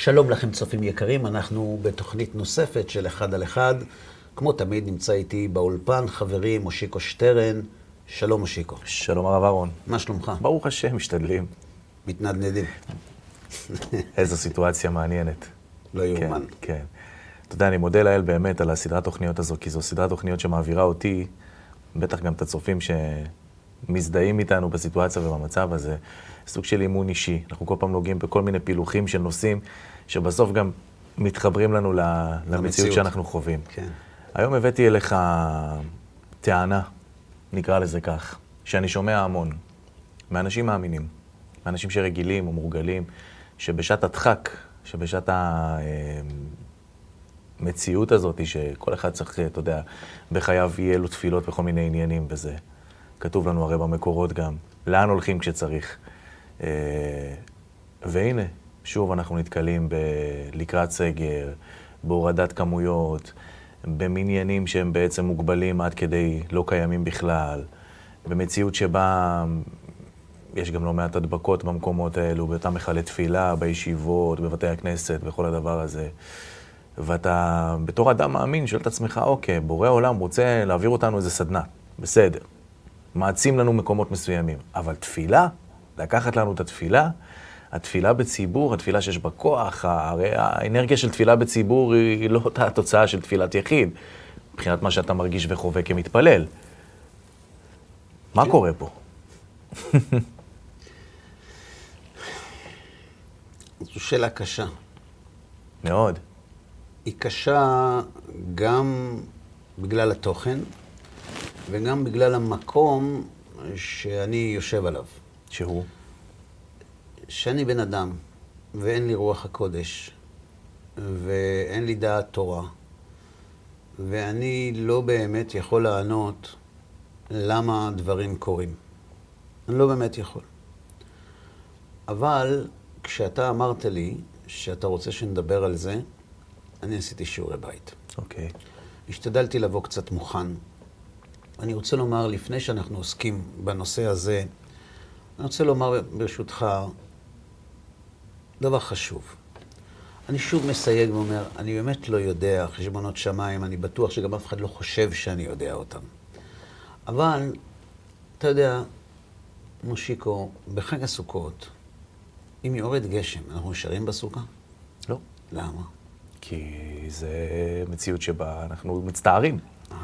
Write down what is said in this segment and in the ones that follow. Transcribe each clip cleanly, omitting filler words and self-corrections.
שלום לכם צופים יקרים, אנחנו בתוכנית נוספת של אחד על אחד. כמו תמיד נמצא איתי באולפן חברי מושיקו שטרן. שלום מושיקו. שלום הרב אהרון. מה שלומך? ברוך השם, משתדלים. מתנדנדים. איזו סיטואציה מעניינת. לא יאומן. כן. אתה יודע, אני מודה לאל באמת על הסדרת תוכניות הזו, כי זו סדרת תוכניות שמעבירה אותי, בטח גם את הצופים שמזדהים איתנו בסיטואציה ובמצב הזה, סוג של אימון אישי. אנחנו כל פעם נוגעים בכל מיני פילוחים של נושאים, שבסוף גם מתחברים לנו למציאות שאנחנו חווים. כן. היום הבאתי אליך טענה, נקרא לזה כך, שאני שומע המון, מאנשים מאמינים, מאנשים שרגילים או מורגלים, שבשעת הדחק, שבשעת המציאות הזאת, שכל אחד צריך, אתה יודע, בחייו יהיה לו תפילות וכל מיני עניינים וזה. כתוב לנו הרי במקורות גם, לאן הולכים כשצריך. והנה, שוב אנחנו נתקלים לקראת סגר, בהורדת כמויות, במניינים שהם בעצם מוגבלים עד כדי לא קיימים בכלל, במציאות שבה יש גם לא מעט הדבקות במקומות האלו, באותם מחלי תפילה, בישיבות, בבתי הכנסת, בכל הדבר הזה. ואתה בתור אדם מאמין, שואל את עצמך, אוקיי, בורא העולם רוצה להעביר אותנו איזה סדנה, בסדר. מעצים לנו מקומות מסוימים, אבל תפילה, לקחת לנו את התפילה, התפילה בציבור, התפילה שיש בה כוח, הרי האנרגיה של תפילה בציבור היא לא אותה התוצאה של תפילת יחיד, מבחינת מה שאתה מרגיש וחווה כמתפלל. מה קורה פה? זו שאלה קשה. מאוד. היא קשה גם בגלל התוכן, וגם בגלל המקום שאני יושב עליו. שהוא? שאני בן אדם, ואין לי רוח הקודש, ואין לי דעת תורה, ואני לא באמת יכול לענות למה דברים קורים. אני לא באמת יכול. אבל כשאתה אמרת לי שאתה רוצה שנדבר על זה, אני עשיתי שיעורי בית. אוקיי. השתדלתי לבוא קצת מוכן. אני רוצה לומר, לפני שאנחנו עוסקים בנושא הזה, אני רוצה לומר ברשותך דבר חשוב. אני שוב מסייג ואומר, אני באמת לא יודע חשבונות שמיים, אני בטוח שגם אף אחד לא חושב שאני יודע אותם. אבל, אתה יודע, מושיקו, בחג הסוכות, אם יורד גשם, אנחנו נשארים בסוכה? לא. למה? כי זה מציאות שבה אנחנו מצטערים.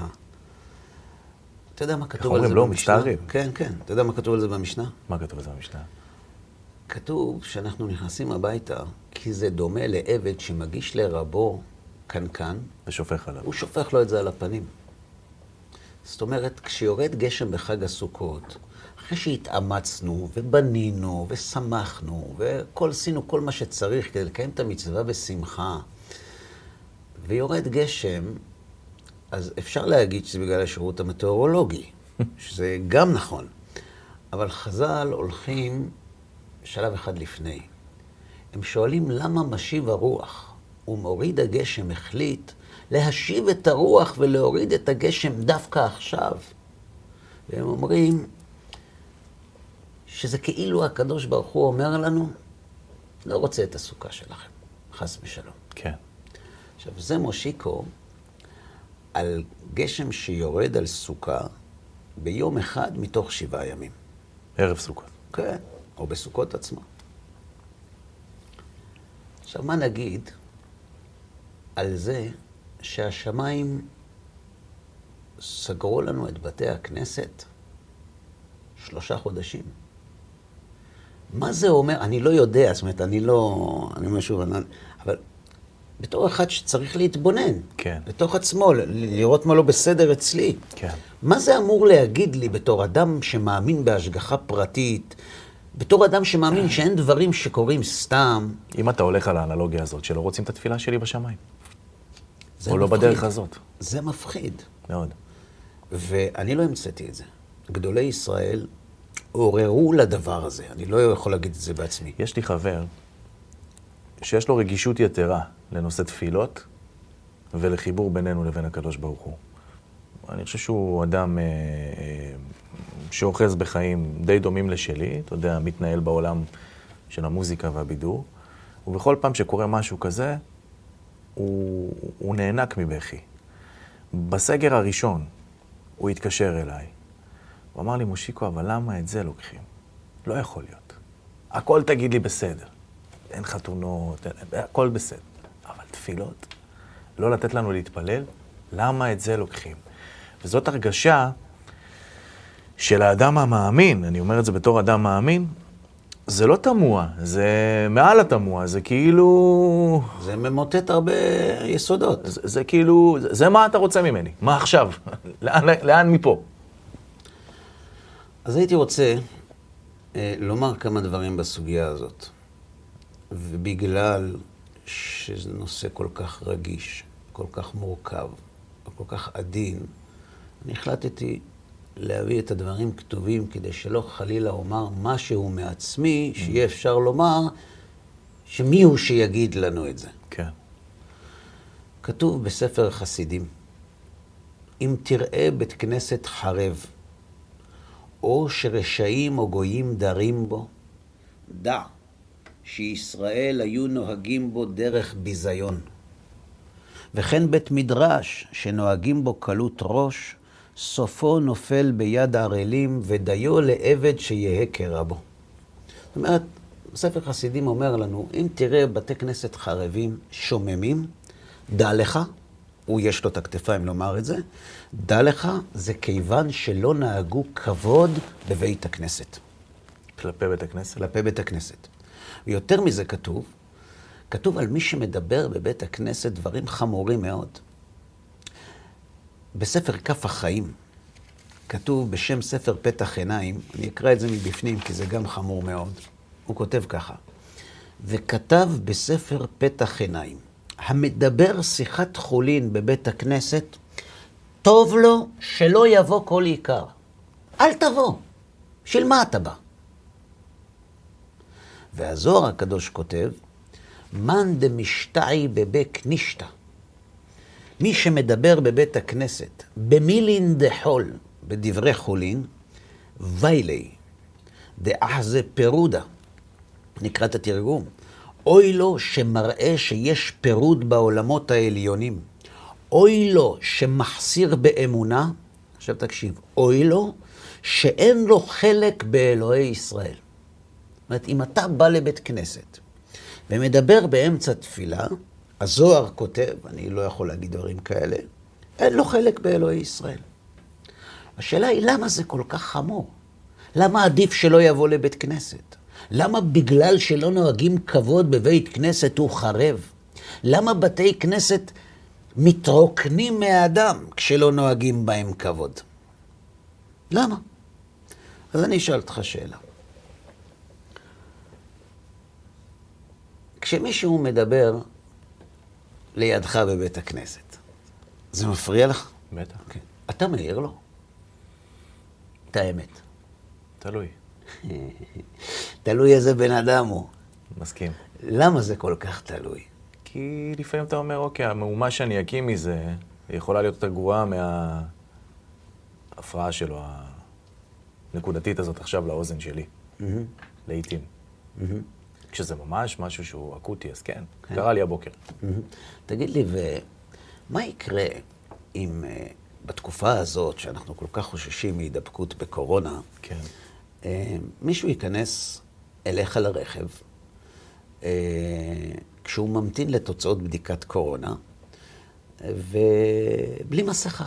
אתה יודע מה כתוב על זה במשנה? לא, מצטערים. כן, כן. אתה יודע מה כתוב על זה במשנה? מה כתוב על זה במשנה? כתוב שאנחנו נכנסים הביתה, כי זה דומה לעבד שמגיש לרבו קנקן. ושופך עליו. הוא שופך לו את זה על הפנים. זאת אומרת, כשיורד גשם בחג הסוכות, אחרי שהתאמצנו ובנינו ושמחנו עשינו כל מה שצריך כדי לקיים את המצווה בשמחה, ויורד גשם, אז אפשר להגיד שזה בגלל השירות המטאורולוגי, שזה גם נכון. אבל חז"ל הולכים שלב אחד לפני. הם שואלים למה משיב הרוח, ומוריד הגשם החליט להשיב את הרוח ולהוריד את הגשם דווקא עכשיו. והם אומרים שזה כאילו הקדוש ברוך הוא אומר לנו, לא רוצה את הסוכה שלכם, חס ושלום. כן. עכשיו, זה מושיקו על גשם שיורד על סוכה ביום אחד מתוך 7 ימים. ערב סוכות. כן, או בסוכות עצמה. עכשיו, מה נגיד על זה שהשמיים סגרו לנו את בתי הכנסת 3 חודשים? מה זה אומר? אני לא יודע, זאת אומרת, אני אומר שוב, אבל בתור אחד שצריך להתבונן, כן. בתוך עצמו, לראות מה לא בסדר אצלי. כן. מה זה אמור להגיד לי בתור אדם שמאמין בהשגחה פרטית, בתור אדם שמאמין שאין דברים שקורים סתם? אם אתה הולך על האנלוגיה הזאת, שלא רוצים את התפילה שלי בשמיים. או מפחיד. לא בדרך הזאת. זה מפחיד. מאוד. ואני לא המצאתי את זה. גדולי ישראל עוררו לדבר הזה. אני לא יכול להגיד את זה בעצמי. יש לי חבר שיש לו רגישות יתרה לנושא תפילות ולחיבור בינינו לבין הקדוש ברוך הוא. אני חושב שהוא אדם שאוחז בחיים די דומים לשלי, אתה יודע, מתנהל בעולם של המוזיקה והבידור, ובכל פעם שקורה משהו כזה, הוא נענק מבכי. בסגר הראשון, הוא התקשר אליי. הוא אמר לי, מושיקו, אבל למה את זה לוקחים? לא יכול להיות. הכל תגיד לי בסדר. אין חתונות, הכל בסדר. אבל תפילות, לא לתת לנו להתפלל, למה את זה לוקחים? וזאת הרגשה של האדם המאמין, אני אומר את זה בתור אדם מאמין, זה לא תמוה, זה מעל התמוה, זה כאילו... זה ממוטט הרבה יסודות. זה כאילו, זה מה אתה רוצה ממני? מה עכשיו? לאן מפה? אז הייתי רוצה לומר כמה דברים בסוגיה הזאת. ובגלל שזה נושא כל כך רגיש, כל כך מורכב, וכל כך עדין, אני החלטתי להביא את הדברים כתובים כדי שלא חלילה אומר משהו מעצמי, שיהיה אפשר לומר שמי הוא שיגיד לנו את זה. כן. כתוב בספר חסידים, אם תראה בית כנסת חרב, או שרשעים או גויים דרים בו, דע שישראל היו נוהגים בו דרך ביזיון. וכן בית מדרש שנוהגים בו קלות ראש, סופו נופל ביד ערלים ודיו לעבד שיהיה כרבו. זאת אומרת, ספר חסידים אומר לנו, אם תראה בתי כנסת חרבים שוממים, דע לך, הוא יש לו את הכתפיים לומר את זה, דע לך, זה כיוון שלא נהגו כבוד בבית הכנסת. כלפי בית הכנסת? כלפי בית הכנסת. ויותר מזה כתוב על מי שמדבר בבית הכנסת דברים חמורים מאוד. בספר כף החיים, כתוב בשם ספר פתח עיניים, אני אקרא את זה מבפנים כי זה גם חמור מאוד. הוא כותב ככה, וכתב בספר פתח עיניים, המדבר שיחת חולין בבית הכנסת, טוב לו שלא יבוא כל עיקר. אל תבוא, של מה אתה בא? והזוהר הקדוש כותב, מן דמשתעי בבק נשתא. מי שמדבר בבית הכנסת, במילין דחול, בדברי חולין, ויילי, דאחזה פירודה, נקרא את התרגום, אוי לו שמראה שיש פירוד בעולמות העליונים, אוי לו שמחסיר באמונה, עכשיו תקשיב, אוי לו שאין לו חלק באלוהי ישראל. זאת אומרת, אם אתה בא לבית כנסת ומדבר באמצע תפילה, הזוהר כותב, אני לא יכול להגיד דברים כאלה, אין לו חלק באלוהי ישראל. השאלה היא, למה זה כל כך חמור? למה עדיף שלא יבוא לבית כנסת? למה בגלל שלא נוהגים כבוד בבית כנסת הוא חרב? למה בתי כנסת מתרוקנים מהאדם כשלא נוהגים בהם כבוד? למה? אז אני אשאל אותך שאלה. כשמישהו מדבר לידך בבית הכנסת, זה מפריע לך? בטח. כן. אתה מעיר לו? את האמת. תלוי. תלוי איזה בן אדם הוא. מסכים. למה זה כל כך תלוי? כי לפעמים אתה אומר, אוקיי, המהומה שאני אקים מזה, יכולה להיות יותר גרועה מההפרעה שלו, הנקודתית הזאת עכשיו לאוזן שלי. לעתים. כשזה ממש משהו שהוא אקוטי, אז כן. קרה לי הבוקר. תגיד לי, ומה יקרה אם בתקופה הזאת, שאנחנו כל כך חוששים מהידבקות בקורונה, כן. מישהו ייכנס אליך לרכב, כשהוא ממתין לתוצאות בדיקת קורונה, ובלי מסכה.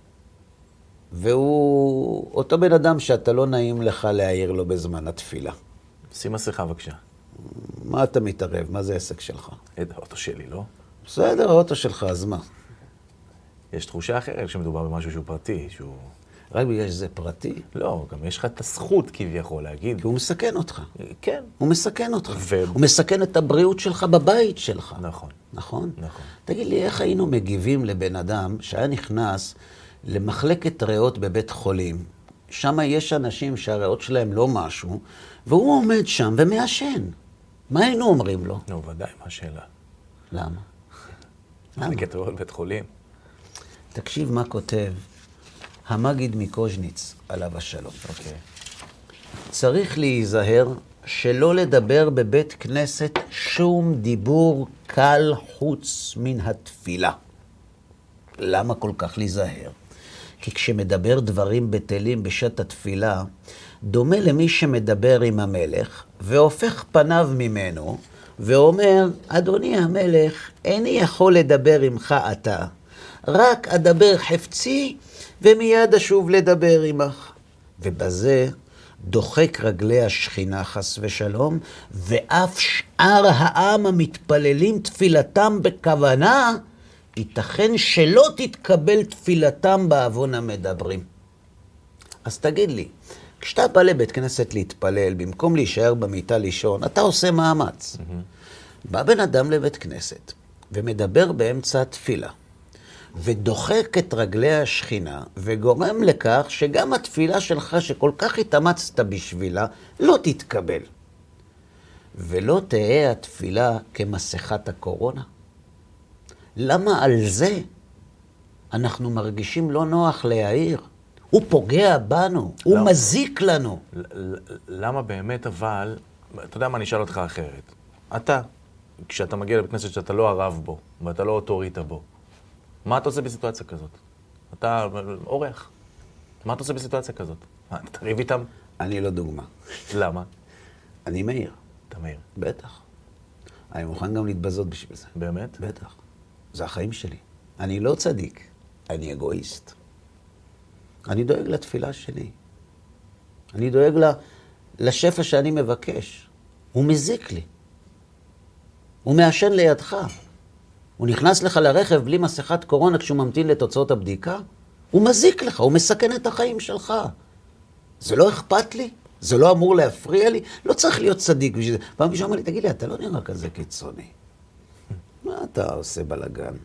והוא אותו בן אדם שאתה לא נעים לך להעיר לו בזמן התפילה. שים מסכה בבקשה. מה אתה מתערב? מה זה עסק שלך? את האוטו שלי, לא? בסדר, האוטו שלך, אז מה? יש תחושה אחרת כשמדובר במשהו שהוא פרטי, שהוא... רק בגלל שזה פרטי? לא, גם יש לך את הזכות כביכול להגיד. כי הוא מסכן אותך. כן. הוא מסכן אותך. הוא מסכן את הבריאות שלך בבית שלך. נכון. נכון? נכון. תגיד לי, איך היינו מגיבים לבן אדם שהיה נכנס למחלקת ריאות בבית חולים, שם יש אנשים שהריאות שלהם לא משהו, והוא עומד שם ומעשן. מה היינו אומרים לו? נו, ודאי, מה השאלה? למה? מחלקת ריאות בית חולים. תקשיב מה כותב המגיד מקוז'ניץ עליו השלום. אוקיי. צריך להיזהר שלא לדבר בבית כנסת שום דיבור קל חוץ מן התפילה. למה כל כך להיזהר? כי כשמדבר דברים בטלים בשעת התפילה, דומה למי שמדבר עם המלך, והופך פניו ממנו, ואומר, אדוני המלך, איני יכול לדבר עמך אתה, רק אדבר חפצי, ומיד אשוב לדבר עמך. ובזה דוחק רגלי השכינה חס ושלום, ואף שאר העם המתפללים תפילתם בכוונה, ייתכן שלא תתקבל תפילתם בעוון המדברים. אז תגיד לי, כשאתה בא לבית כנסת להתפלל, במקום להישאר במיטה לישון, אתה עושה מאמץ. בא בן אדם לבית כנסת, ומדבר באמצע התפילה, ודוחק את רגלי השכינה, וגורם לכך שגם התפילה שלך, שכל כך התאמצת בשבילה, לא תתקבל. ולא תהיה התפילה כמסכת הקורונה. למה על זה אנחנו מרגישים לא נוח להעיר? הוא פוגע בנו, הוא מזיק לנו. למה באמת אבל, אתה יודע מה, אני אשאל אותך אחרת. אתה, כשאתה מגיע לבית כנסת שאתה לא הרב בו, ואתה לא אוטוריטה בו, מה אתה עושה בסיטואציה כזאת? אתה אורח. מה אתה עושה בסיטואציה כזאת? אתה תריב איתם? אני לא דוגמה. למה? אני מאיר. אתה מאיר. בטח. אני מוכן גם להתבזות בשביל זה. באמת? בטח. זה החיים שלי. אני לא צדיק, אני אגואיסט. אני דואג לתפילה שלי. אני דואג לשפע שאני מבקש. הוא מזיק לי. הוא מעשן לידך. הוא נכנס לך לרכב בלי מסכת קורונה כשהוא ממתין לתוצאות הבדיקה. הוא מזיק לך, הוא מסכן את החיים שלך. זה לא אכפת לי? זה לא אמור להפריע לי? לא צריך להיות צדיק בשביל זה. פעם מישהו אמר לי, תגיד לי, אתה לא נראה כזה קיצוני. מה אתה עושה בלגן?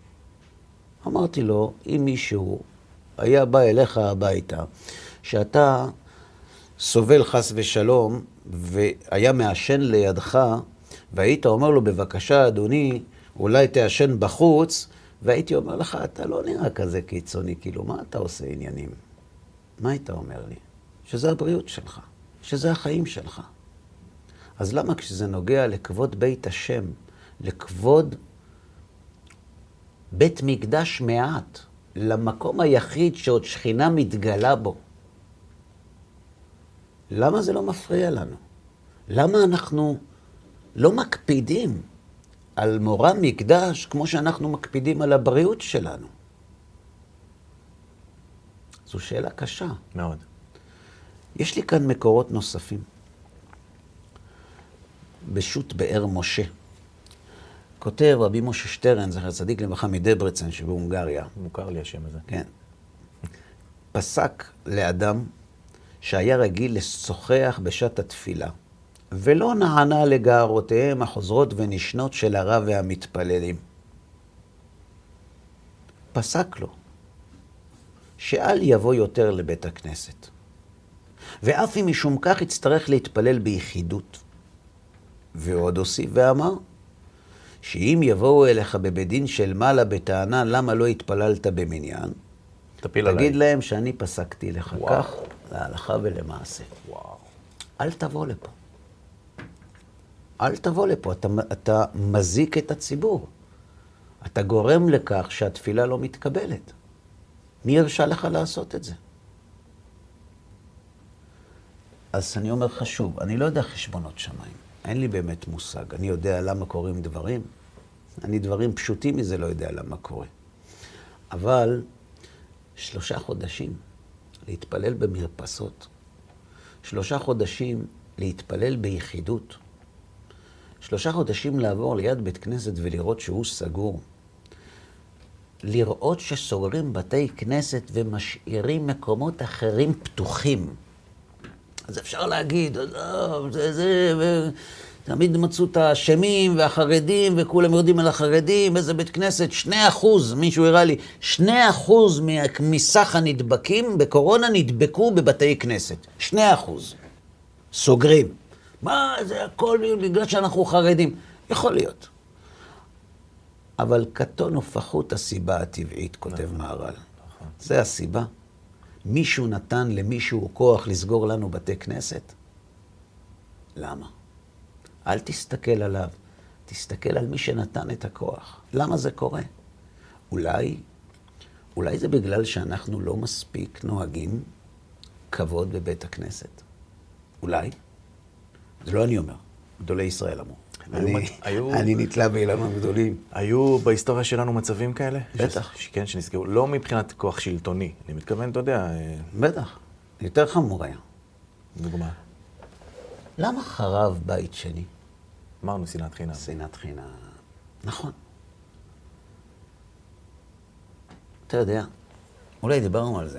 אמרתי לו, אם מישהו היה בא אליך הביתה, שאתה סובל חס ושלום, והיה מעשן לידך, והיית אומר לו, בבקשה אדוני, אולי תעשן בחוץ, והייתי אומר לך, אתה לא נראה כזה קיצוני, כאילו, מה אתה עושה עניינים? מה היית אומר לי? שזה הבריאות שלך, שזה החיים שלך. אז למה כשזה נוגע לכבוד בית השם, לכבוד בית מקדש מעט, למקום היחיד שעוד שכינה מתגלה בו, למה זה לא מפריע לנו? למה אנחנו לא מקפידים על מורא מקדש כמו שאנחנו מקפידים על הבריאות שלנו? זו שאלה קשה. מאוד. יש לי כאן מקורות נוספים. בשו"ת באר משה. כותב רבי משה שטרן, זכר צדיק לברכה מדברצן שבהונגריה. מוכר לי השם הזה. כן. פסק לאדם שהיה רגיל לשוחח בשעת התפילה, ולא נענה לגערותיהם החוזרות ונשנות של הרב והמתפללים. פסק לו שאל יבוא יותר לבית הכנסת. ואף אם משום כך יצטרך להתפלל ביחידות. ועוד הוסיף ואמר, שאם יבואו אליך בבית דין של מעלה בטענה למה לא התפללת במניין, תגיד להם שאני פסקתי לך כך, להלכה ולמעשה. אל תבוא לפה. אל תבוא לפה, אתה מזיק את הציבור. אתה גורם לכך שהתפילה לא מתקבלת. מי הרשה לך לעשות את זה? אז אני אומר לך שוב, אני לא יודע חשבונות שמיים. אין לי באמת מושג. אני יודע למה קורים דברים. אני דברים פשוטים מזה לא יודע למה קורה. אבל 3 חודשים להתפלל במרפסות. 3 חודשים להתפלל ביחידות. 3 חודשים לעבור ליד בית כנסת ולראות שהוא סגור. לראות שסוגרים בתי כנסת ומשאירים מקומות אחרים פתוחים. אז אפשר להגיד, תמיד מצאו את השמים והחרדים, וכולם יודעים על החרדים, איזה בית כנסת, 2%, מישהו הראה לי, 2% מסך הנדבקים בקורונה נדבקו בבתי כנסת. 2%. סוגרים. מה, זה הכל בגלל שאנחנו חרדים. יכול להיות. אבל קטון ופחות הסיבה הטבעית, כותב מהר"ל. זה הסיבה. מישהו נתן למישהו כוח לסגור לנו בתי כנסת? למה? אל תסתכל עליו, תסתכל על מי שנתן את הכוח. למה זה קורה? אולי זה בגלל שאנחנו לא מספיק נוהגים כבוד בבית הכנסת. אולי. זה לא אני אומר, גדולי ישראל אמרו. אני נתלה באילנות גדולים. היו בהיסטוריה שלנו מצבים כאלה? בטח. כן, שנסגרו. לא מבחינת כוח שלטוני. אני מתכוון, אתה יודע... בטח. יותר חמור היה. דוגמה. למה חרב בית שני? אמרנו שנאת חינם. שנאת חינם. נכון. אתה יודע, אולי דיברנו על זה.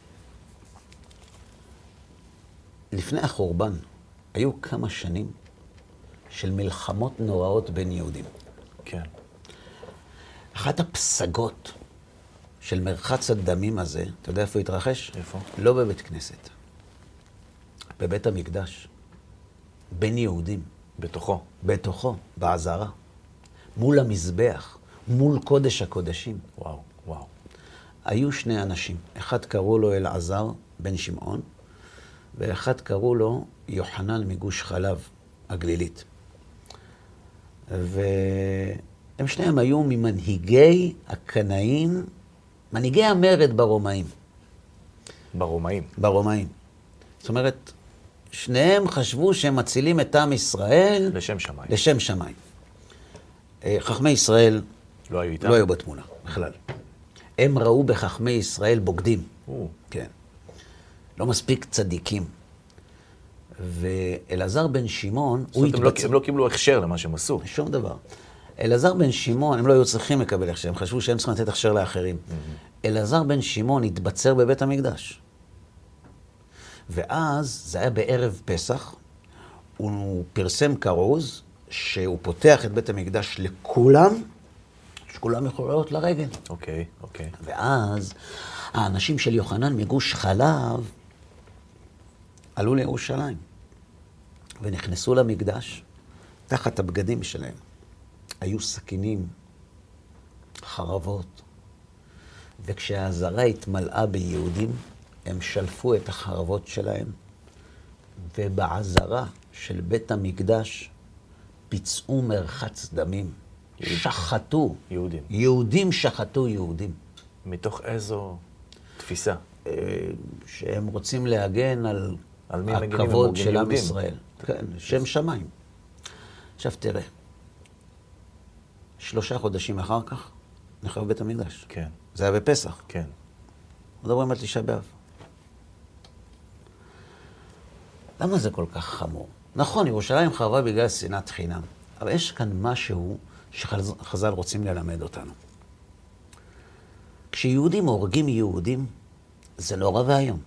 לפני החורבן היו כמה שנים של מלחמות נוראות בין יהודים. כן. אחת הפסגות של מרחץ הדמים הזה, אתה יודע איפה התרחש? איפה? לא בבית כנסת. בבית המקדש. בין יהודים. בתוכו. בתוכו, בעזרה. מול המזבח, מול קודש הקודשים. וואו, וואו. היו שני אנשים. אחד קראו לו אלעזר בן שמעון, ואחד קראו לו יוחנן מגוש חלב, הגלילית. והם שניהם היו ממנהיגי הקנאים, מנהיגי המרד ברומאים. ברומאים. ברומאים. זאת אומרת, שניהם חשבו שהם מצילים את עם ישראל... לשם שמיים. לשם שמיים. חכמי ישראל לא היו איתם? לא היו בתמונה, בכלל. הם ראו בחכמי ישראל בוגדים. כן. לא מספיק צדיקים. ואלעזר בן שמעון, הוא התבצע... הם לא קיבלו הכשר למה שהם עשו. שום דבר. אלעזר בן שמעון, הם לא היו צריכים לקבל הכשר, הם חשבו שהם צריכים לתת הכשר לאחרים. אלעזר בן שמעון התבצר בבית המקדש. ואז, זה היה בערב פסח, הוא פרסם כרוז שהוא פותח את בית המקדש לכולם, שכולם יכולו לעלות לרגל. אוקיי, אוקיי. ואז האנשים של יוחנן מגוש חלב עלו לירושלים ונכנסו למקדש תחת הבגדים שלהם. היו סכינים, חרבות, וכשהעזרה התמלאה ביהודים, הם שלפו את החרבות שלהם, ובעזרה של בית המקדש פיצעו מרחץ דמים. שחטו. יהודים. יהודים שחטו יהודים. מתוך איזו תפיסה? שהם רוצים להגן על מי הכבוד של עם ישראל. כן, שם שמיים. עכשיו תראה, 3 חודשים אחר כך נחרב בית המקדש. כן. זה היה בפסח. כן. מדברים על תשעה באב. למה זה כל כך חמור? נכון, ירושלים חרבה בגלל שנאת חינם, אבל יש כאן משהו שחז"ל רוצים ללמד אותנו. כשיהודים הורגים יהודים, זה נורא והיום.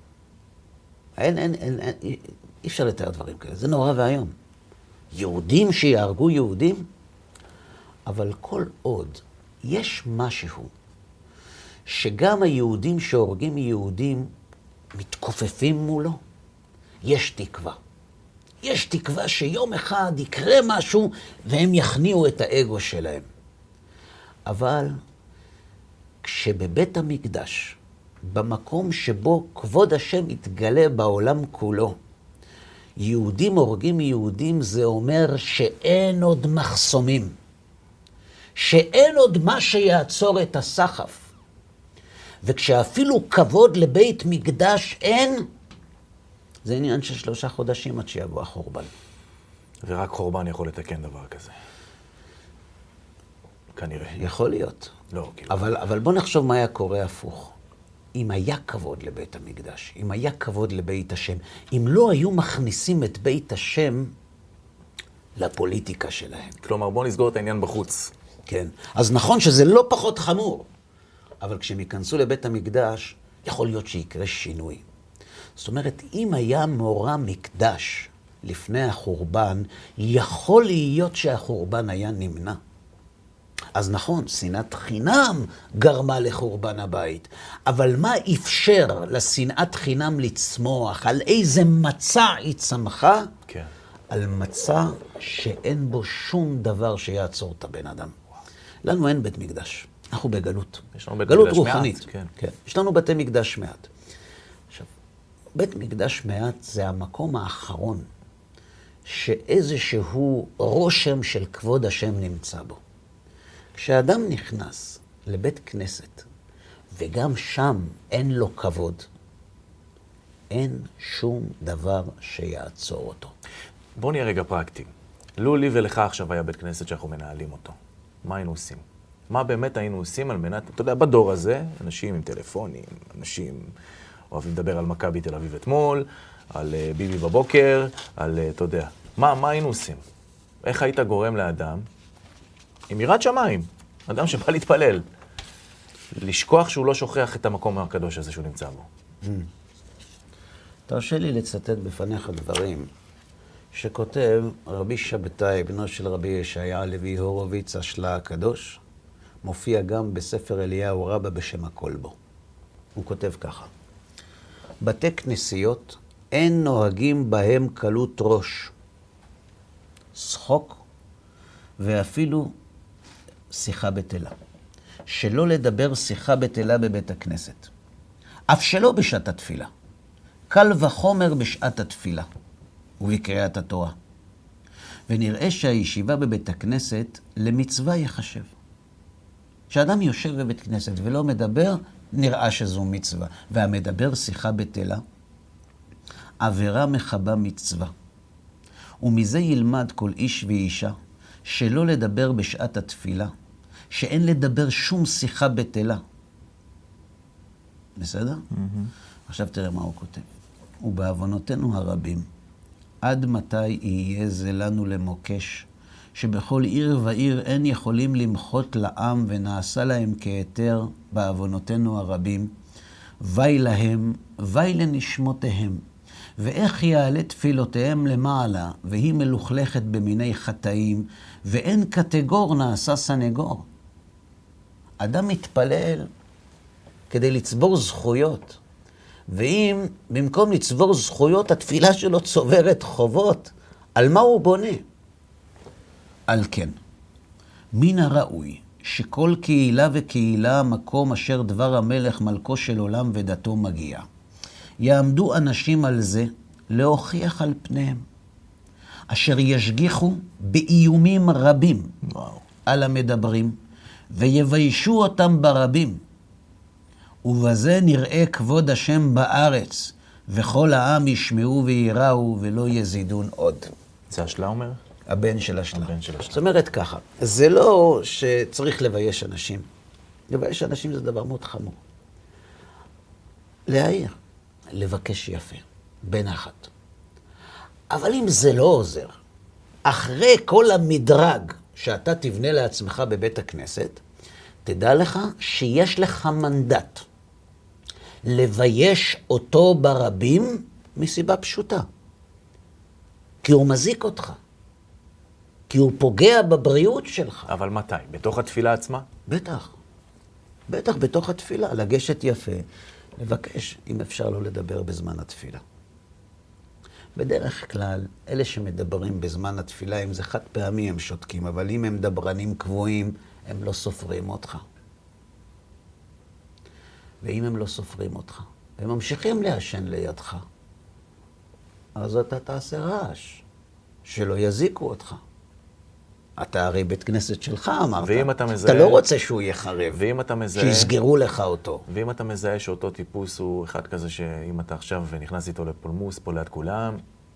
אי אפשר לתאר דברים כאלה, זה נורא והיום. יהודים שיהרגו יהודים, אבל כל עוד יש משהו שגם היהודים שהורגים יהודים מתכופפים מולו, יש תקווה. יש תקווה שיום אחד יקרה משהו והם יכניעו את האגו שלהם. אבל כשבבית המקדש, במקום שבו כבוד השם יתגלה בעולם כולו, יהודים הורגים יהודים, זה אומר שאין עוד מחסומים. שאין עוד מה שיעצור את הסחף. וכשאפילו כבוד לבית מקדש אין, זה עניין של 3 חודשים עד שיבוא החורבן. ורק חורבן יכול לתקן דבר כזה. כנראה. יכול להיות. לא, כאילו. אבל בוא נחשוב מה היה קורה הפוך. אם היה כבוד לבית המקדש, אם היה כבוד לבית השם, אם לא היו מכניסים את בית השם לפוליטיקה שלהם. כלומר, בוא נסגור את העניין בחוץ. כן. אז נכון שזה לא פחות חמור, אבל כשהם ייכנסו לבית המקדש, יכול להיות שיקרה שינוי. זאת אומרת, אם היה מאורע מקדש לפני החורבן, יכול להיות שהחורבן היה נמנע. אז נכון, שנאת חינם גרמה לחורבן הבית, אבל מה אפשר לשנאת חינם לצמוח? על איזה מצע היא צמחה? כן. על מצע שאין בו שום דבר שיעצור את הבן אדם. לנו אין בית מקדש, אנחנו בגלות. יש לנו בית גלות מקדש רוחנית. מעט, כן. כן. יש לנו בתי מקדש מעט. עכשיו, בית מקדש מעט זה המקום האחרון שאיזשהו רושם של כבוד השם נמצא בו. כשאדם נכנס לבית כנסת, וגם שם אין לו כבוד, אין שום דבר שיעצור אותו. בוא נהיה רגע פרקטי. לי ולך עכשיו היה בית כנסת שאנחנו מנהלים אותו. מה היינו עושים? מה באמת היינו עושים על מנת, אתה יודע, בדור הזה, אנשים עם טלפונים, אנשים אוהבים לדבר על מכבי תל אביב אתמול, על ביבי בבוקר, על, אתה יודע, מה היינו עושים? איך היית גורם לאדם עם יראת שמיים, אדם שבא להתפלל, לשכוח שהוא לא שוכח את המקום הקדוש הזה שהוא נמצא בו? תרשה לי לצטט בפניך דברים שכותב רבי שבתאי, בנו של רבי ישעיה הלוי הורוביץ, השלה הקדוש, מופיע גם בספר אליהו רבה בשם הכלבו. הוא כותב ככה: בתי כנסיות אין נוהגים בהם קלות ראש, שחוק ואפילו שיחה בטלה. שלא לדבר שיחה בטלה בבית הכנסת. אף שלא בשעת התפילה. קל וחומר בשעת התפילה ובקריאת התורה. ונראה שהישיבה בבית הכנסת למצווה יחשב. כשאדם יושב בבית כנסת ולא מדבר, נראה שזו מצווה. והמדבר שיחה בטלה, עבירה מחבה מצווה. ומזה ילמד כל איש ואישה שלא לדבר בשעת התפילה, שאין לדבר שום שיחה בטלה. בסדר? עכשיו תראה מה הוא כותב. ובעוונותינו הרבים, עד מתי יהיה זה לנו למוקש, שבכל עיר ועיר אין יכולים למחות לעם ונעשה להם כהיתר בעוונותינו הרבים, וי להם, וי לנשמותיהם, ואיך יעלה תפילותיהם למעלה, והיא מלוכלכת במיני חטאים, ואין קטגור נעשה סנגור. אדם מתפלל כדי לצבור זכויות, ואם במקום לצבור זכויות, התפילה שלו צוברת חובות, על מה הוא בונה? על כן, מן הראוי שכל קהילה וקהילה, מקום אשר דבר המלך מלכו של עולם ודתו מגיע, יעמדו אנשים על זה להוכיח על פניהם, אשר ישגיחו באיומים רבים על המדברים, ויביישו אותם ברבים, ובזה נראה כבוד השם בארץ, וכל העם ישמעו ויראו ולא יזידון עוד. זה השלה אומר? הבן של השלה. הבן של השלה. זאת אומרת ככה, זה לא שצריך לבייש אנשים. לבייש אנשים זה דבר מאוד חמור. להעיר, לבקש יפה, בנחת. אבל אם זה לא עוזר, אחרי כל המדרג שאתה תבנה לעצמך בבית הכנסת, תדע לך שיש לך מנדט לבייש אותו ברבים מסיבה פשוטה. כי הוא מזיק אותך. כי הוא פוגע בבריאות שלך. אבל מתי? בתוך התפילה עצמה? בטח. בטח בתוך התפילה. לגשת יפה. לבקש אם אפשר לא לדבר בזמן התפילה. בדרך כלל, אלה שמדברים בזמן התפילה, אם זה חד פעמי הם שותקים, אבל אם הם דברנים קבועים, הם לא סופרים אותך. ואם הם לא סופרים אותך, הם ממשיכים לעשן לידך, אז אתה תעשה רעש, שלא יזיקו אותך. אתה הרי בית כנסת שלך, אמרת. ואם אתה מזהה... אתה לא רוצה שהוא יחרב. ואם אתה מזהה... שיסגרו לך אותו. ואם אתה מזהה שאותו טיפוס הוא אחד כזה שאם אתה עכשיו נכנס איתו לפולמוס פה ליד כולם,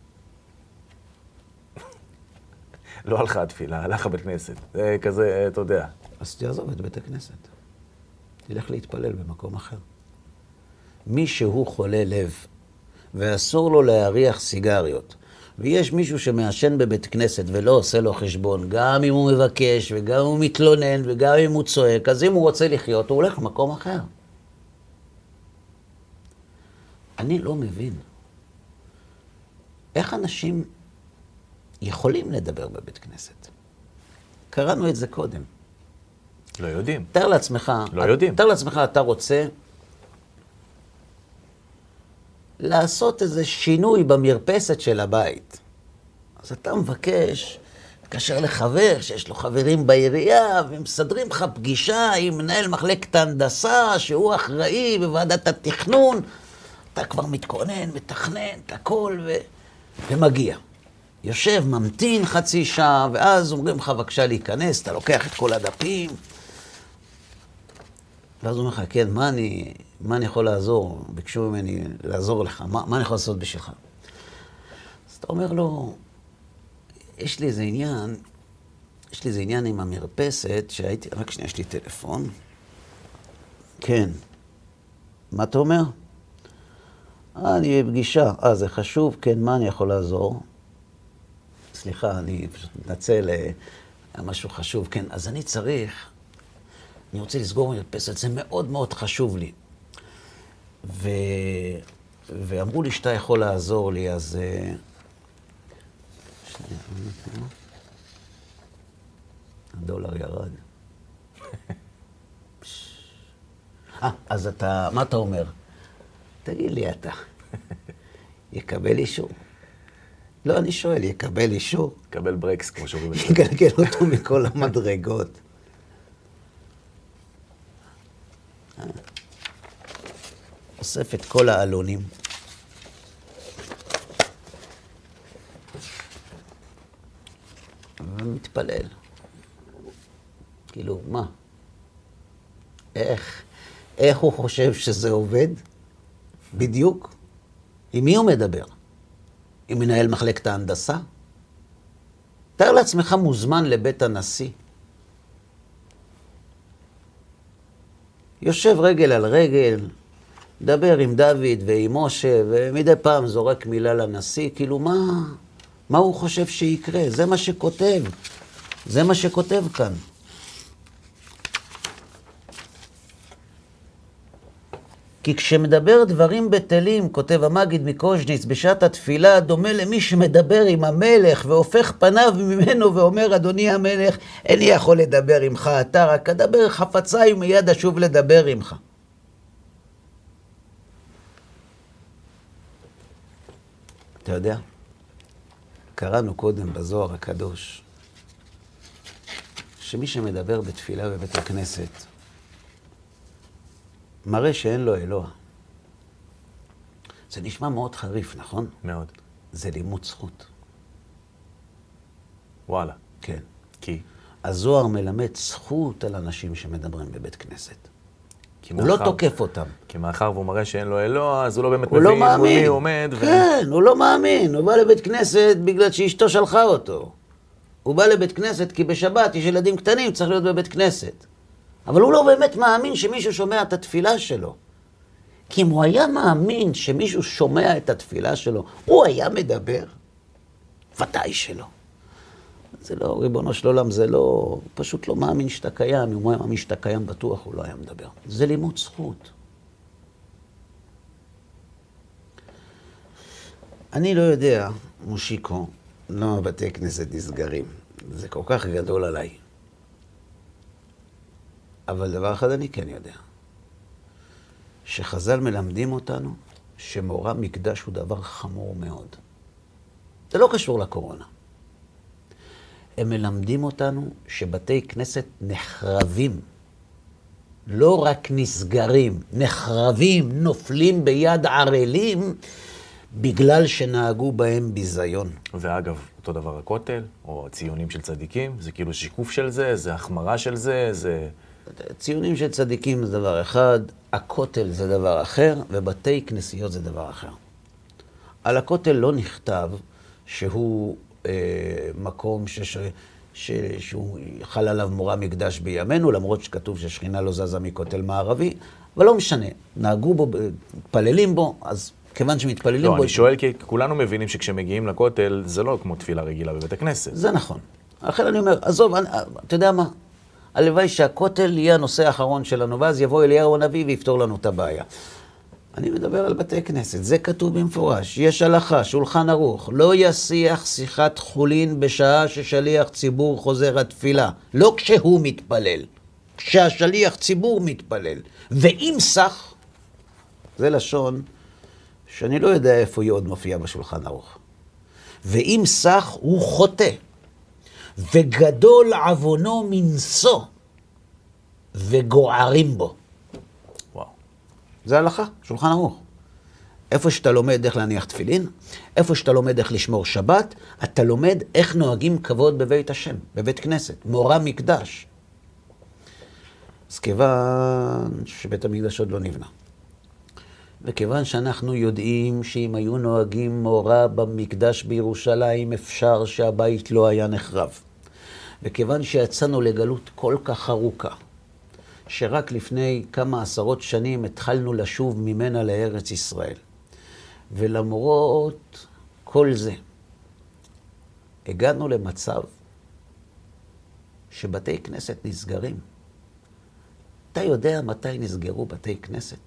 לא הלכה התפילה, הלך הבית כנסת. זה כזה, אתה יודע. אז תעזוב את בית הכנסת. תלך להתפלל במקום אחר. מי שהוא חולה לב, ואסור לו להריח סיגריות, ויש מישהו שמעשן בבית כנסת ולא עושה לו חשבון, גם אם הוא מבקש, וגם אם הוא מתלונן, וגם אם הוא צועק, אז אם הוא רוצה לחיות, הוא הולך למקום אחר. אני לא מבין. איך אנשים יכולים לדבר בבית כנסת? קראנו את זה קודם. לא יודעים. תאר לעצמך, לא יודעים. תאר לעצמך, אתה רוצה לעשות איזה שינוי במרפסת של הבית. אז אתה מבקש, תקשר לחבר שיש לו חברים בעירייה, ומסדרים לך פגישה עם מנהל מחלקת ההנדסה, שהוא אחראי בוועדת התכנון. אתה כבר מתכונן, מתכנן את הכל ומגיע. יושב, ממתין חצי שעה, ואז אומרים לך, בבקשה להיכנס, אתה לוקח את כל הדפים. ואז הוא אומר לך, כן, מה אני יכול לעזור? ביקשו ממני לעזור לך, מה אני יכול לעשות בשבילך? אז אתה אומר לו, יש לי איזה עניין עם המרפסת, שהייתי, רק שנייה, יש לי טלפון. כן. מה אתה אומר? אני בפגישה. זה חשוב, כן, מה אני יכול לעזור? סליחה, אני פשוט מתנצל, משהו חשוב, כן. אז אני רוצה לסגור מרפסת, זה מאוד מאוד חשוב לי. ואמרו לי שאתה יכול לעזור לי, אז... הדולר ירד. אז מה אתה אומר? תגיד לי אתה, יקבל אישור? לא, אני שואל, יקבל אישור? יקבל ברקס, כמו שאומרים. יגלגל אותו מכל המדרגות. אוסף את כל העלונים. ומתפלל. כאילו, מה? איך הוא חושב שזה עובד? בדיוק. עם מי הוא מדבר? עם מנהל מחלקת ההנדסה? תאר לעצמך מוזמן לבית הנשיא. יושב רגל על רגל, מדבר עם דוד ועם משה, ומדי פעם זורק מילה לנשיא, כאילו מה הוא חושב שיקרה? זה מה שכותב. זה מה שכותב כאן. כי כשמדבר דברים בטלים, כותב המגיד מקוז'ניץ, בשעת התפילה, דומה למי שמדבר עם המלך והופך פניו ממנו ואומר, אדוני המלך, איני יכול לדבר עמך, אתה רק אדבר חפצי ומיד אשוב לדבר עמך. אתה יודע, קראנו קודם בזוהר הקדוש, שמי שמדבר בתפילה בבית הכנסת, מראה שאין לו אלוה. זה נשמע מאוד חריף, נכון? מאוד. זה לימוד זכות. וואלה. כן. כי? הזוהר מלמד זכות על אנשים שמדברים בבית כנסת. הוא לא תוקף אותם. כי מאחר והוא מראה שאין לו אלוה, אז הוא לא באמת הוא מבין לא מול מי הוא עומד. כן, הוא לא מאמין. הוא בא לבית כנסת בגלל שאשתו שלחה אותו. הוא בא לבית כנסת כי בשבת יש ילדים קטנים, צריך להיות בבית כנסת. אבל הוא לא באמת מאמין שמישהו שומע את התפילה שלו. כי אם הוא היה מאמין שמישהו שומע את התפילה שלו, הוא היה מדבר? ודאי שלא. זה לא, ריבונו של עולם, זה לא, פשוט לא מאמין שאתה קיים. אם הוא היה מאמין שאתה קיים בטוח, הוא לא היה מדבר. זה לימוד זכות. אני לא יודע, מושיקו, למה בתי כנסת נסגרים. זה כל כך גדול עליי. אבל דבר אחד אני כן יודע. שחז"ל מלמדים אותנו שמורא מקדש הוא דבר חמור מאוד. זה לא קשור לקורונה. הם מלמדים אותנו שבתי כנסת נחרבים. לא רק נסגרים, נחרבים, נופלים ביד ערלים, בגלל שנהגו בהם ביזיון. ואגב, אותו דבר הכותל, או ציונים של צדיקים, זה כאילו שיקוף של זה, זה החמרה של זה, זה... ציונים של צדיקים זה דבר אחד, הכותל זה דבר אחר, ובתי כנסיות זה דבר אחר. על הכותל לא נכתב שהוא מקום שהוא חל עליו מורא מקדש בימינו, למרות שכתוב ששכינה לא זזה מכותל מערבי, אבל לא משנה, נהגו בו, מתפללים בו, אז כיוון שמתפללים בו... לא, אני שואל כי כולנו מבינים שכשמגיעים לכותל זה לא כמו תפילה רגילה בבית הכנסת. זה נכון. לכן אני אומר, עזוב, אתה יודע מה? הלוואי שהכותל יהיה הנושא האחרון שלנו, ואז יבוא אליהו הנביא ויפתור לנו את הבעיה. אני מדבר על בתי כנסת, זה כתוב במפורש, יש הלכה, שולחן ערוך, לא ישיח שיחת חולין בשעה ששליח ציבור חוזר התפילה, לא כשהוא מתפלל, כשהשליח ציבור מתפלל, ואם סך, זה לשון שאני לא יודע איפה היא עוד מופיעה בשולחן ערוך, ואם סך הוא חוטא, וגדול עוונו מנשוא, וגוערים בו. וואו. זה הלכה, שולחן ערוך. איפה שאתה לומד איך להניח תפילין, איפה שאתה לומד איך לשמור שבת, אתה לומד איך נוהגים כבוד בבית השם, בבית כנסת, מורה מקדש. אז כיוון שבית המקדש עוד לא נבנה, וכיוון שאנחנו יודעים שאם היו נוהגים מורה במקדש בירושלים, אפשר שהבית לא היה נחרב. וכיוון שיצאנו לגלות כל כך ארוכה, שרק לפני כמה עשרות שנים התחלנו לשוב ממנה לארץ ישראל. ולמרות כל זה, הגענו למצב שבתי כנסת נסגרים. אתה יודע מתי נסגרו בתי כנסת?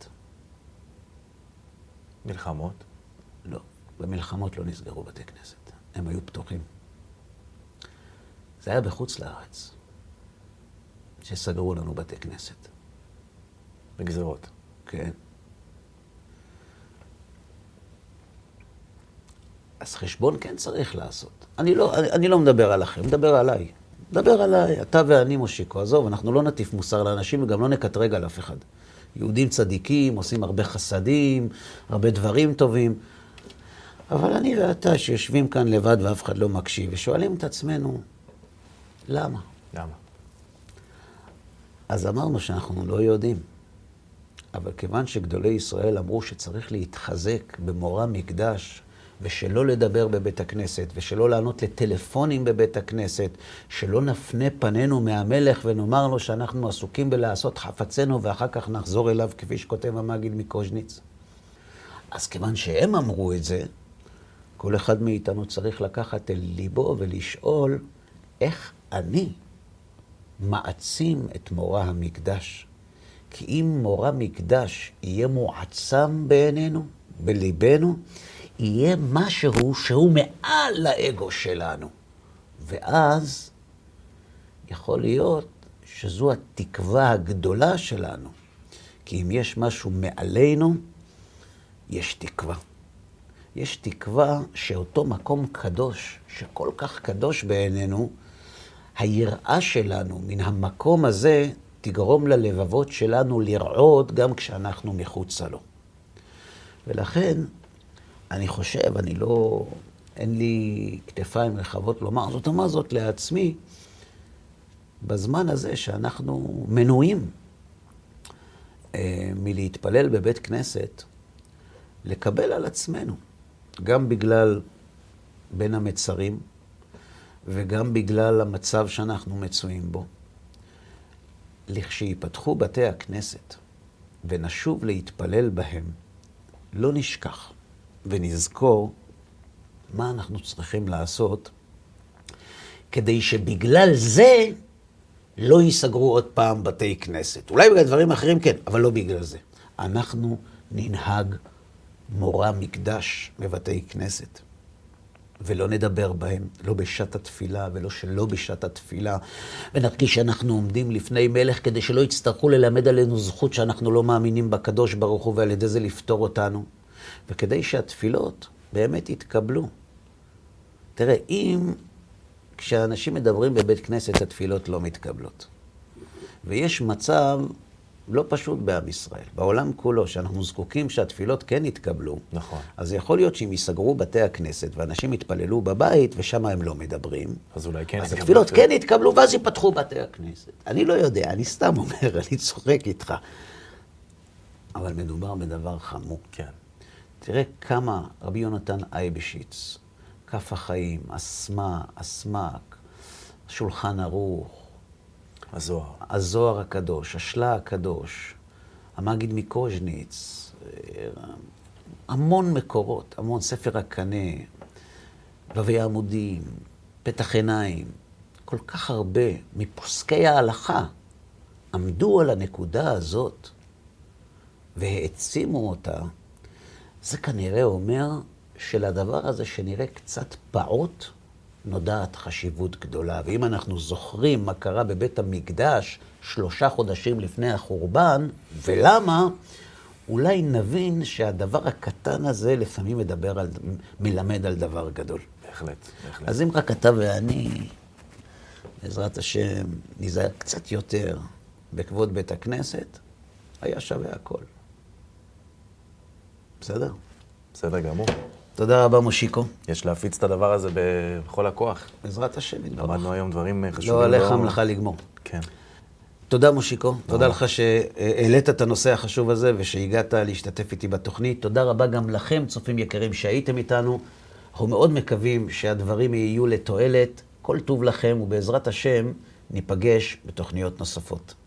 מלחמות? לא, במלחמות לא נסגרו בתי כנסת. הם היו פתוחים. זה היה בחוץ לארץ, שסגרו לנו בתי כנסת. בגזרות. כן. אז חשבון כן צריך לעשות. אני לא מדבר עליכם, מדבר עליי. מדבר עליי, אתה ואני מושיקו. עזוב, אנחנו לא נטיף מוסר לאנשים וגם לא נקטרג על אף אחד. יהודים צדיקים, עושים הרבה חסדים, הרבה דברים טובים. אבל אני ואתה שיושבים כאן לבד ואף אחד לא מקשיב, ושואלים את עצמנו, למה? למה? אז אמרנו שאנחנו לא יודעים. אבל כיוון שגדולי ישראל אמרו שצריך להתחזק במורה מקדש, ושלא לדבר בבית הכנסת, ושלא לענות לטלפונים בבית הכנסת, שלא נפנה פנינו מהמלך ונאמר לו שאנחנו עסוקים בלעשות חפצנו, ואחר כך נחזור אליו, כפי שכותב המגיד מקוז'ניץ. אז כיוון שהם אמרו את זה, כל אחד מאיתנו צריך לקחת אל ליבו ולשאול, איך אני מעצים את מורה המקדש? כי אם מורה מקדש יהיה מועצם בעינינו, בליבנו, יהיה משהו שהוא מעל לאגו שלנו. ואז יכול להיות שזו התקווה הגדולה שלנו. כי אם יש משהו מעלינו, יש תקווה. יש תקווה שאותו מקום קדוש, שכל כך קדוש בעינינו, היראה שלנו מן המקום הזה תגרום ללבבות שלנו לרעוד גם כשאנחנו מחוצה לו. ולכן אני חושב, אין לי כתפיים רחבות לומר, זאת אומרת זאת לעצמי, בזמן הזה שאנחנו מנועים מלהתפלל בבית כנסת, לקבל על עצמנו, גם בגלל בין המצרים, וגם בגלל המצב שאנחנו מצויים בו. לכשיפתחו בתי הכנסת ונשוב להתפלל בהם, לא נשכח ונזכור מה אנחנו צריכים לעשות, כדי שבגלל זה לא ייסגרו עוד פעם בתי כנסת. אולי בגלל דברים אחרים כן, אבל לא בגלל זה. אנחנו ננהג מורה מקדש בבתי כנסת. ולא נדבר בהם, לא בשעת התפילה ולא שלא בשעת התפילה, ונרגיש שאנחנו עומדים לפני מלך כדי שלא יצטרכו ללמד עלינו זכות שאנחנו לא מאמינים בקדוש ברוך הוא, ועל ידי זה לפתור אותנו, וכדי שהתפילות באמת יתקבלו. תראה, אם כשאנשים מדברים בבית כנסת התפילות לא מתקבלות, ויש מצב לא פשוט בעם ישראל, בעולם כולו, שאנחנו זקוקים שהתפילות כן יתקבלו. נכון. אז יכול להיות שאם ייסגרו בתי הכנסת, ואנשים יתפללו בבית, ושם הם לא מדברים, אז אולי כן. אז התפילות כן יתקבלו, ואז ייפתחו בתי הכנסת. אני לא יודע, אני סתם אומר, אני צוחק איתך. אבל מדובר בדבר חמור. כן. תראה כמה רבי יונתן אייבשיץ, כף החיים, אסמה, אסמק, שולחן ערוך, הזוהר. הזוהר הקדוש, השלה הקדוש, המגיד מקוז'ניץ, המון מקורות, המון, ספר הקנה, רבי העמודים, פתח עיניים, כל כך הרבה מפוסקי ההלכה עמדו על הנקודה הזאת והעצימו אותה. זה כנראה אומר שלדבר הזה שנראה קצת פעוט, נודעת חשיבות גדולה. ואם אנחנו זוכרים מה קרה בבית המקדש 3 חודשים לפני החורבן, ולמה, אולי נבין שהדבר הקטן הזה לפעמים מלמד על דבר גדול. בהחלט, בהחלט. אז אם רק אתה ואני, בעזרת השם, נזהר קצת יותר בכבוד בית הכנסת, היה שווה הכל. בסדר? בסדר גמור. תודה רבה, מושיקו. יש להפיץ את הדבר הזה בכל הכוח. בעזרת השם. למדנו היום דברים חשובים. לא עליך המלאכה לגמור. כן. תודה, מושיקו. תודה לך שהעלית את הנושא החשוב הזה ושהגעת להשתתף איתי בתוכנית. תודה רבה גם לכם, צופים יקרים, שהייתם איתנו. אנחנו מאוד מקווים שהדברים יהיו לתועלת. כל טוב לכם, ובעזרת השם ניפגש בתוכניות נוספות.